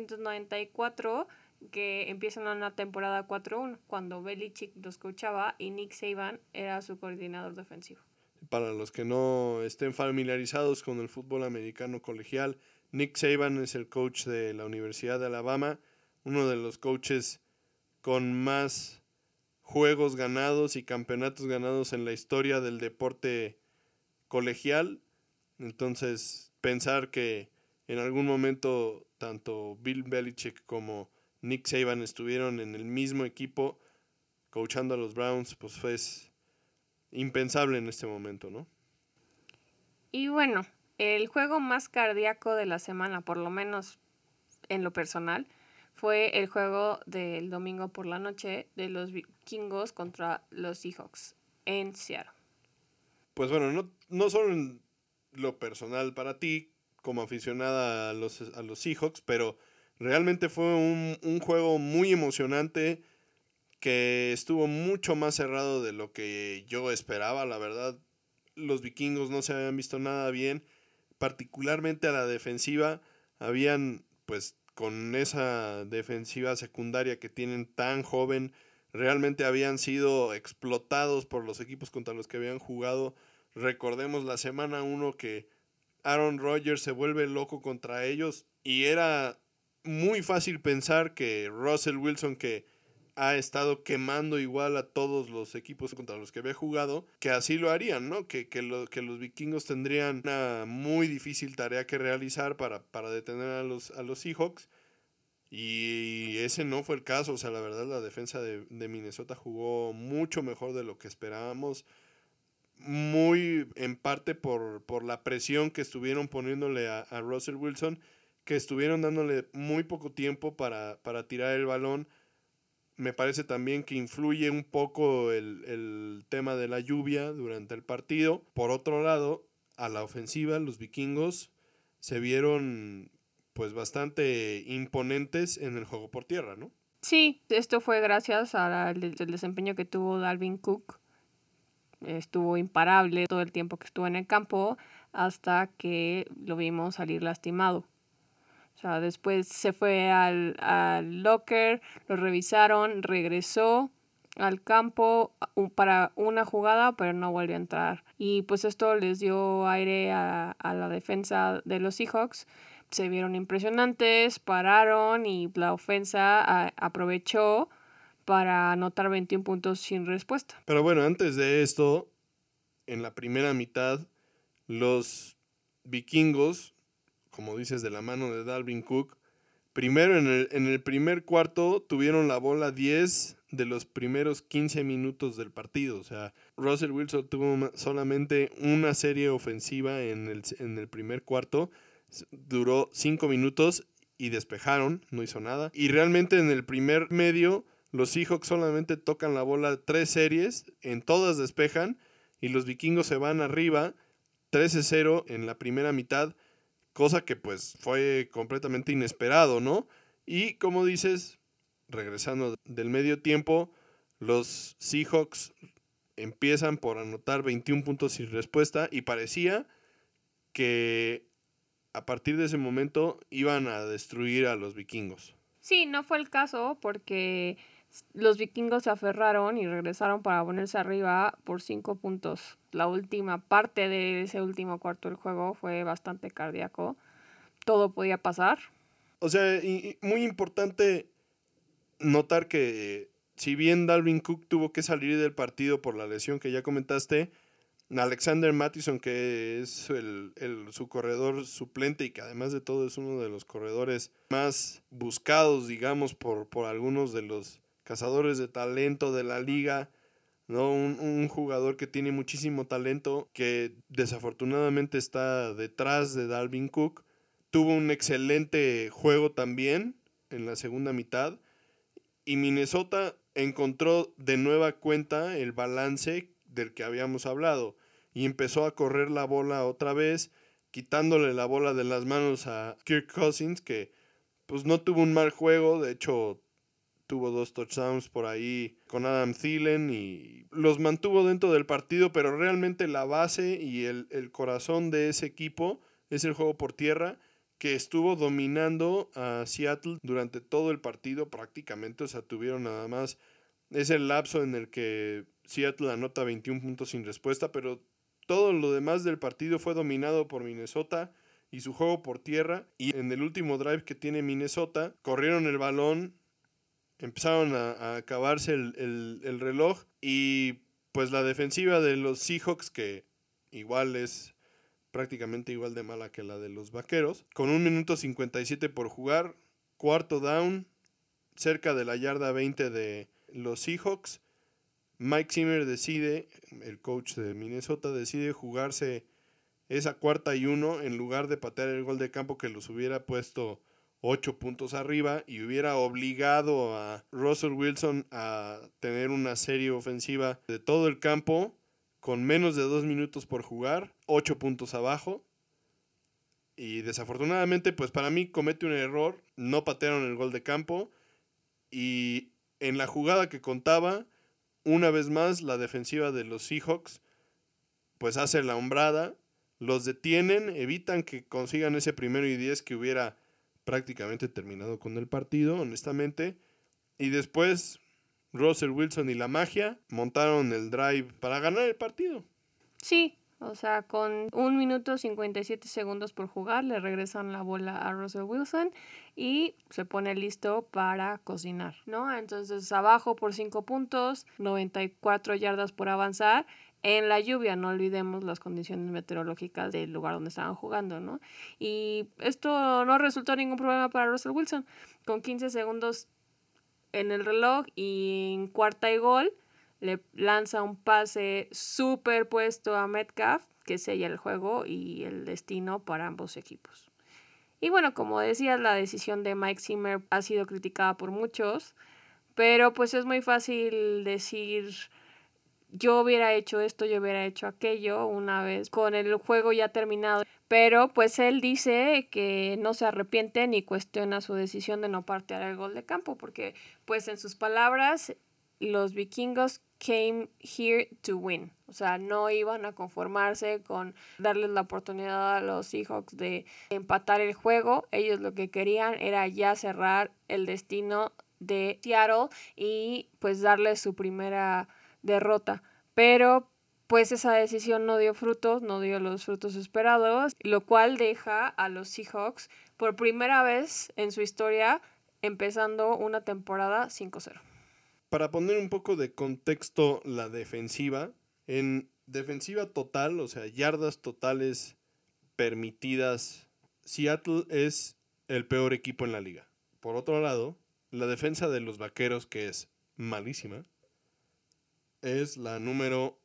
1994 que empiezan una temporada 4-1, cuando Belichick los coachaba y Nick Saban era su coordinador defensivo. Para los que no estén familiarizados con el fútbol americano colegial, Nick Saban es el coach de la Universidad de Alabama, uno de los coaches con más juegos ganados y campeonatos ganados en la historia del deporte colegial. Entonces, pensar que en algún momento tanto Bill Belichick como Nick Saban estuvieron en el mismo equipo coachando a los Browns, pues fue impensable en este momento, ¿no? Y bueno, el juego más cardíaco de la semana, por lo menos en lo personal, fue el juego del domingo por la noche de los Vikingos contra los Seahawks en Seattle. Pues bueno, no solo en lo personal para ti, como aficionada a los Seahawks, pero realmente fue un juego muy emocionante, que estuvo mucho más cerrado de lo que yo esperaba. La verdad, los Vikingos no se habían visto nada bien, particularmente a la defensiva. Habían, pues, con esa defensiva secundaria que tienen tan joven, realmente habían sido explotados por los equipos contra los que habían jugado. Recordemos la semana 1 que Aaron Rodgers se vuelve loco contra ellos, y era muy fácil pensar que Russell Wilson, que ha estado quemando igual a todos los equipos contra los que había jugado, que así lo harían, ¿no? Que los vikingos tendrían una muy difícil tarea que realizar para detener a los Seahawks. Y ese no fue el caso. O sea, la verdad, la defensa de Minnesota jugó mucho mejor de lo que esperábamos. Muy en parte por la presión que estuvieron poniéndole a Russell Wilson, que estuvieron dándole muy poco tiempo para tirar el balón. Me parece también que influye un poco el tema de la lluvia durante el partido. Por otro lado, a la ofensiva, los vikingos se vieron pues bastante imponentes en el juego por tierra, ¿no? Sí, esto fue gracias al desempeño que tuvo Dalvin Cook. Estuvo imparable todo el tiempo que estuvo en el campo hasta que lo vimos salir lastimado. O sea, después se fue al locker, lo revisaron, regresó al campo para una jugada, pero no volvió a entrar. Y pues esto les dio aire a la defensa de los Seahawks. Se vieron impresionantes, pararon y la ofensa aprovechó para anotar 21 puntos sin respuesta. Pero bueno, antes de esto, en la primera mitad, los vikingos, como dices, de la mano de Dalvin Cook, primero en el primer cuarto tuvieron la bola 10 de los primeros 15 minutos del partido. O sea, Russell Wilson tuvo solamente una serie ofensiva en el primer cuarto. Duró 5 minutos y despejaron, no hizo nada. Y realmente en el primer medio, los Seahawks solamente tocan la bola 3 series, en todas despejan, y los vikingos se van arriba 13-0 en la primera mitad, cosa que pues fue completamente inesperado, ¿no? Y como dices, regresando del medio tiempo, los Seahawks empiezan por anotar 21 puntos sin respuesta, y parecía que a partir de ese momento iban a destruir a los vikingos. Sí, no fue el caso porque Los vikingos se aferraron y regresaron para ponerse arriba por 5 puntos. La última parte de ese último cuarto del juego fue bastante cardíaco. Todo podía pasar. O sea, y muy importante notar que si bien Dalvin Cook tuvo que salir del partido por la lesión que ya comentaste, Alexander Mattison, que es su corredor suplente y que además de todo es uno de los corredores más buscados, digamos, por algunos de los cazadores de talento de la liga, ¿no? Un jugador que tiene muchísimo talento, que desafortunadamente está detrás de Dalvin Cook. Tuvo un excelente juego también en la segunda mitad. Y Minnesota encontró de nueva cuenta el balance del que habíamos hablado. Y empezó a correr la bola otra vez, quitándole la bola de las manos a Kirk Cousins, que pues no tuvo un mal juego. De hecho, tuvo 2 touchdowns por ahí con Adam Thielen y los mantuvo dentro del partido, pero realmente la base y el corazón de ese equipo es el juego por tierra, que estuvo dominando a Seattle durante todo el partido prácticamente. O sea, tuvieron nada más ese lapso en el que Seattle anota 21 puntos sin respuesta, pero todo lo demás del partido fue dominado por Minnesota y su juego por tierra. Y en el último drive que tiene Minnesota, corrieron el balón, empezaron a acabarse el reloj y pues la defensiva de los Seahawks, que igual es prácticamente igual de mala que la de los Vaqueros, con 1 minuto 57 por jugar, cuarto down, cerca de la yarda 20 de los Seahawks, Mike Zimmer decide, el coach de Minnesota, decide jugarse esa 4ª y 1 en lugar de patear el gol de campo que los hubiera puesto 8 puntos arriba y hubiera obligado a Russell Wilson a tener una serie ofensiva de todo el campo con menos de 2 minutos por jugar, 8 puntos abajo. Y desafortunadamente, pues para mí comete un error, no patearon el gol de campo y en la jugada que contaba, una vez más la defensiva de los Seahawks pues hace la hombrada, los detienen, evitan que consigan ese 1º y 10 que hubiera prácticamente terminado con el partido, honestamente. Y después Russell Wilson y la magia montaron el drive para ganar el partido. Sí, o sea, con 1 minuto 57 segundos por jugar, le regresan la bola a Russell Wilson y se pone listo para cocinar, ¿no? Entonces, abajo por 5 puntos, 94 yardas por avanzar. En la lluvia, no olvidemos las condiciones meteorológicas del lugar donde estaban jugando, ¿no? Y esto no resultó ningún problema para Russell Wilson. Con 15 segundos en el reloj y en 4ª y gol, le lanza un pase superpuesto a Metcalf que sella el juego y el destino para ambos equipos. Y bueno, como decías, la decisión de Mike Zimmer ha sido criticada por muchos, pero pues es muy fácil decir yo hubiera hecho esto, yo hubiera hecho aquello una vez con el juego ya terminado. Pero pues él dice que no se arrepiente ni cuestiona su decisión de no patear el gol de campo, porque pues en sus palabras los vikingos came here to win. O sea, no iban a conformarse con darles la oportunidad a los Seahawks de empatar el juego. Ellos lo que querían era ya cerrar el destino de Seattle y pues darles su primera derrota. Pero pues esa decisión no dio frutos, no dio los frutos esperados, lo cual deja a los Seahawks por primera vez en su historia empezando una temporada 5-0. Para poner un poco de contexto la defensiva, en defensiva total, o sea, yardas totales permitidas, Seattle es el peor equipo en la liga. Por otro lado, la defensa de los Vaqueros, que es malísima, es la número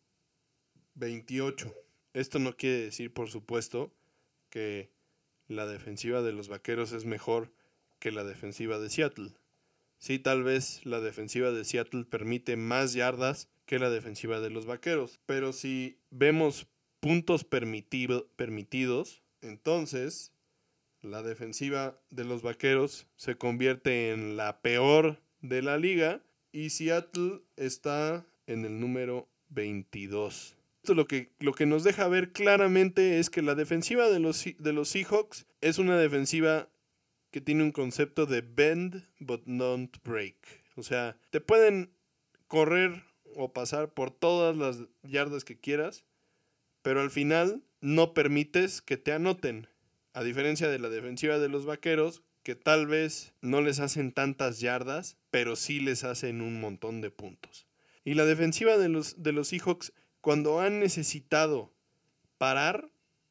28. Esto no quiere decir, por supuesto, que la defensiva de los Vaqueros es mejor que la defensiva de Seattle. Sí, tal vez la defensiva de Seattle permite más yardas que la defensiva de los Vaqueros, pero si vemos puntos permitidos, entonces la defensiva de los Vaqueros se convierte en la peor de la liga y Seattle está en el número 22. Esto lo que nos deja ver claramente es que la defensiva de los Seahawks es una defensiva que tiene un concepto de bend but not break. O sea, te pueden correr o pasar por todas las yardas que quieras, pero al final no permites que te anoten. A diferencia de la defensiva de los Vaqueros, que tal vez no les hacen tantas yardas, pero sí les hacen un montón de puntos. Y la defensiva de los Seahawks, cuando han necesitado parar,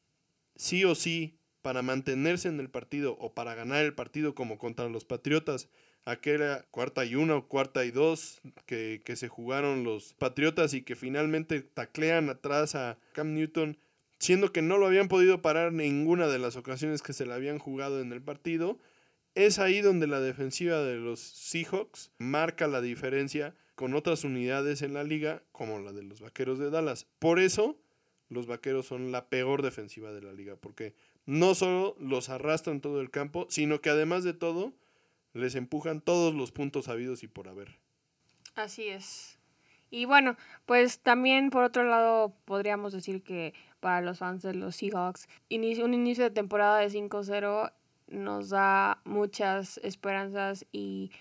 sí o sí, para mantenerse en el partido o para ganar el partido, como contra los Patriotas, aquella 4ª o 4ª y 2 que se jugaron los Patriotas y que finalmente taclean atrás a Cam Newton, siendo que no lo habían podido parar en ninguna de las ocasiones que se le habían jugado en el partido. Es ahí donde la defensiva de los Seahawks marca la diferencia con otras unidades en la liga, como la de los Vaqueros de Dallas. Por eso, los Vaqueros son la peor defensiva de la liga, porque no solo los arrastran todo el campo, sino que además de todo, les empujan todos los puntos habidos y por haber. Así es. Y bueno, pues también por otro lado podríamos decir que para los fans de los Seahawks, un inicio de temporada de 5-0 nos da muchas esperanzas y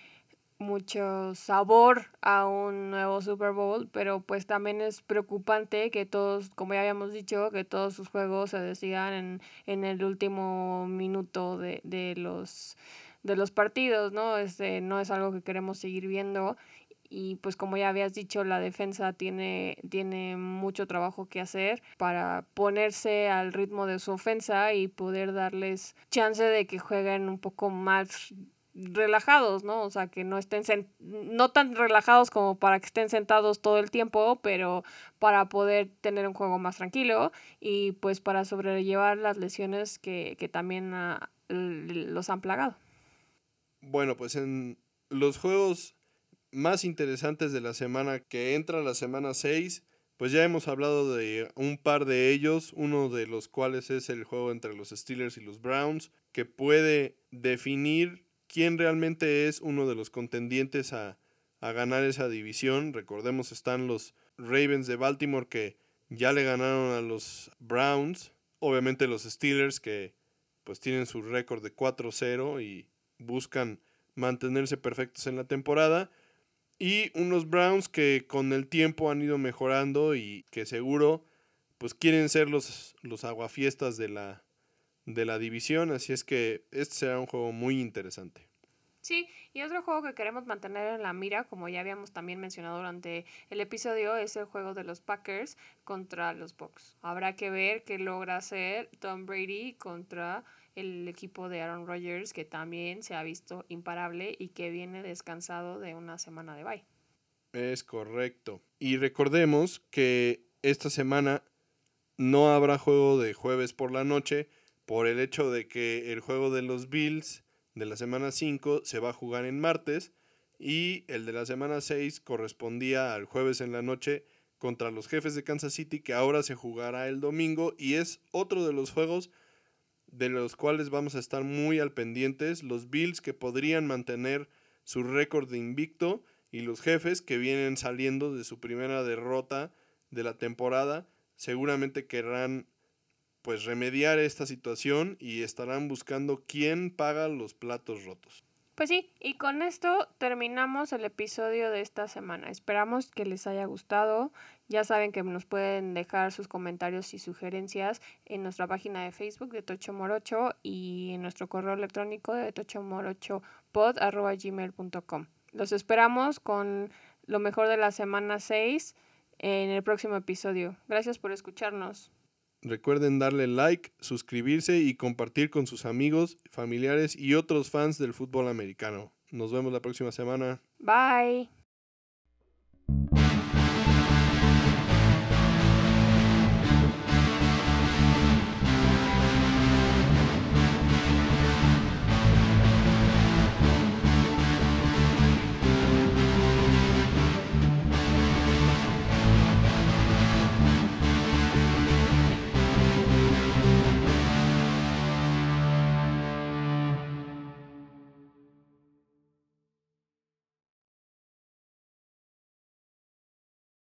mucho sabor a un nuevo Super Bowl, pero pues también es preocupante que todos, como ya habíamos dicho, que todos sus juegos se decidan en el último minuto de los partidos, ¿no? No es algo que queremos seguir viendo. Y pues como ya habías dicho, la defensa tiene mucho trabajo que hacer para ponerse al ritmo de su ofensa y poder darles chance de que jueguen un poco más relajados, ¿no? O sea, que no estén no tan relajados como para que estén sentados todo el tiempo, pero para poder tener un juego más tranquilo y pues para sobrellevar las lesiones que también los han plagado. Bueno, pues en los juegos más interesantes de la semana, que entra la semana 6, pues ya hemos hablado de un par de ellos, uno de los cuales es el juego entre los Steelers y los Browns, que puede definir quién realmente es uno de los contendientes a ganar esa división. Recordemos, están los Ravens de Baltimore, que ya le ganaron a los Browns, obviamente los Steelers, que pues tienen su récord de 4-0 y buscan mantenerse perfectos en la temporada, y unos Browns que con el tiempo han ido mejorando y que seguro pues quieren ser los aguafiestas de la división, así es que este será un juego muy interesante. Sí, y otro juego que queremos mantener en la mira, como ya habíamos también mencionado durante el episodio, es el juego de los Packers contra los Bucs. Habrá que ver qué logra hacer Tom Brady contra el equipo de Aaron Rodgers, que también se ha visto imparable y que viene descansado de una semana de bye. Es correcto. Y recordemos que esta semana no habrá juego de jueves por la noche por el hecho de que el juego de los Bills de la semana 5 se va a jugar en martes y el de la semana 6 correspondía al jueves en la noche contra los Jefes de Kansas City, que ahora se jugará el domingo y es otro de los juegos de los cuales vamos a estar muy al pendientes. Los Bills, que podrían mantener su récord de invicto, y los Jefes, que vienen saliendo de su primera derrota de la temporada, seguramente querrán pues remediar esta situación y estarán buscando quién paga los platos rotos. Pues sí, y con esto terminamos el episodio de esta semana. Esperamos que les haya gustado. Ya saben que nos pueden dejar sus comentarios y sugerencias en nuestra página de Facebook de Tocho Morocho y en nuestro correo electrónico de tochomorochopod@gmail.com. Los esperamos con lo mejor de la semana 6 en el próximo episodio. Gracias por escucharnos. Recuerden darle like, suscribirse y compartir con sus amigos, familiares y otros fans del fútbol americano. Nos vemos la próxima semana. Bye.